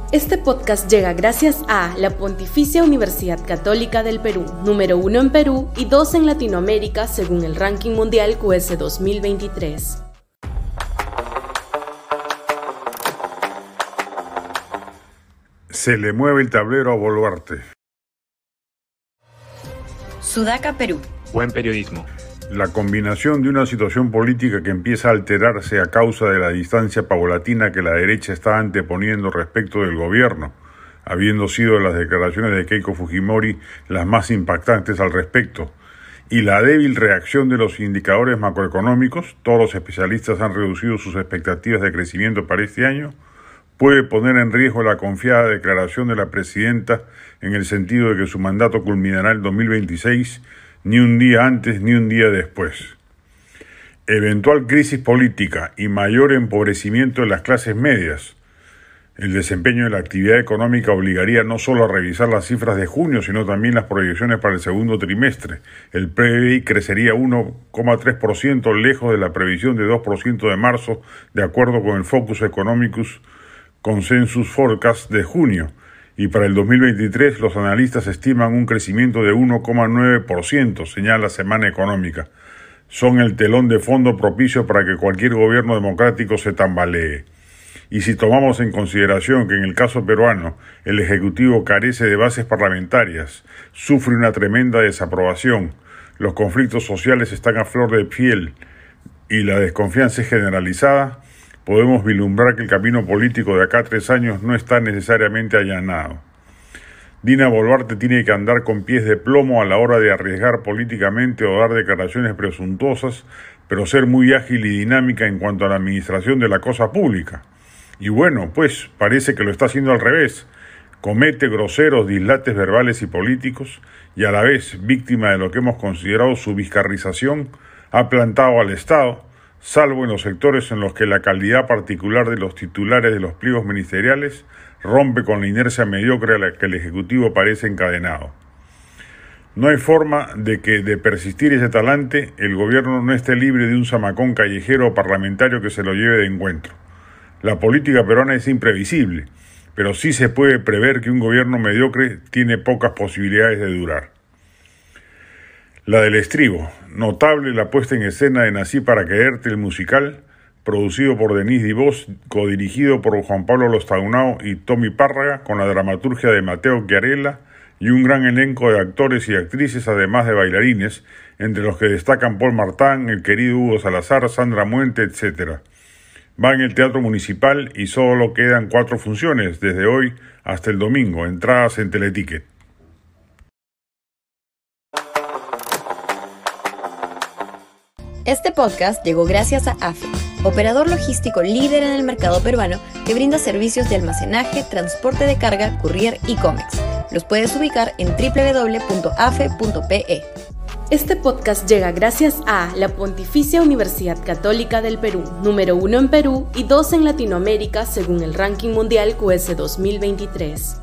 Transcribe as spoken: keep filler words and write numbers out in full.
Este podcast llega gracias a la Pontificia Universidad Católica del Perú, número uno en Perú y dos en Latinoamérica según el ranking mundial Q S dos mil veintitrés. Se le mueve el tablero a Boluarte. Sudaca, Perú. Buen periodismo. La combinación de una situación política que empieza a alterarse a causa de la distancia paulatina que la derecha está anteponiendo respecto del gobierno, habiendo sido las declaraciones de Keiko Fujimori las más impactantes al respecto, y la débil reacción de los indicadores macroeconómicos, todos los especialistas han reducido sus expectativas de crecimiento para este año, puede poner en riesgo la confiada declaración de la presidenta en el sentido de que su mandato culminará el dos mil veintiséis, ni un día antes ni un día después. Eventual crisis política y mayor empobrecimiento de las clases medias. El desempeño de la actividad económica obligaría no solo a revisar las cifras de junio, sino también las proyecciones para el segundo trimestre. El P B I crecería uno coma tres por ciento, lejos de la previsión de dos por ciento de marzo, de acuerdo con el Focus Economicus Consensus Forecast de junio. Y para el dos mil veintitrés los analistas estiman un crecimiento de uno coma nueve por ciento, señala Semana Económica. Son el telón de fondo propicio para que cualquier gobierno democrático se tambalee. Y si tomamos en consideración que en el caso peruano el Ejecutivo carece de bases parlamentarias, sufre una tremenda desaprobación, los conflictos sociales están a flor de piel y la desconfianza es generalizada, podemos vislumbrar que el camino político de acá a tres años no está necesariamente allanado. Dina Boluarte tiene que andar con pies de plomo a la hora de arriesgar políticamente o dar declaraciones presuntuosas, pero ser muy ágil y dinámica en cuanto a la administración de la cosa pública. Y bueno, pues parece que lo está haciendo al revés. Comete groseros dislates verbales y políticos y a la vez, víctima de lo que hemos considerado su vizcarrización, ha plantado al Estado, salvo en los sectores en los que la calidad particular de los titulares de los pliegos ministeriales rompe con la inercia mediocre a la que el Ejecutivo parece encadenado. No hay forma de que, de persistir ese talante, el gobierno no esté libre de un zamacón callejero o parlamentario que se lo lleve de encuentro. La política peruana es imprevisible, pero sí se puede prever que un gobierno mediocre tiene pocas posibilidades de durar. La del estribo, notable la puesta en escena de Nací para quererte, el musical, producido por Denise Dibós, codirigido por Juan Pablo Lostaunao y Tommy Párraga, con la dramaturgia de Mateo Chiarella y un gran elenco de actores y actrices, además de bailarines, entre los que destacan Paul Martán, el querido Hugo Salazar, Sandra Muente, etcétera. Va en el Teatro Municipal y solo quedan cuatro funciones, desde hoy hasta el domingo, entradas en Teleticket. Este podcast llegó gracias a AFE, operador logístico líder en el mercado peruano que brinda servicios de almacenaje, transporte de carga, courier y cómics. Los puedes ubicar en doble u doble u doble u punto a f e punto p e. Este podcast llega gracias a la Pontificia Universidad Católica del Perú, número uno en Perú y dos en Latinoamérica según el ranking mundial Q S dos mil veintitrés.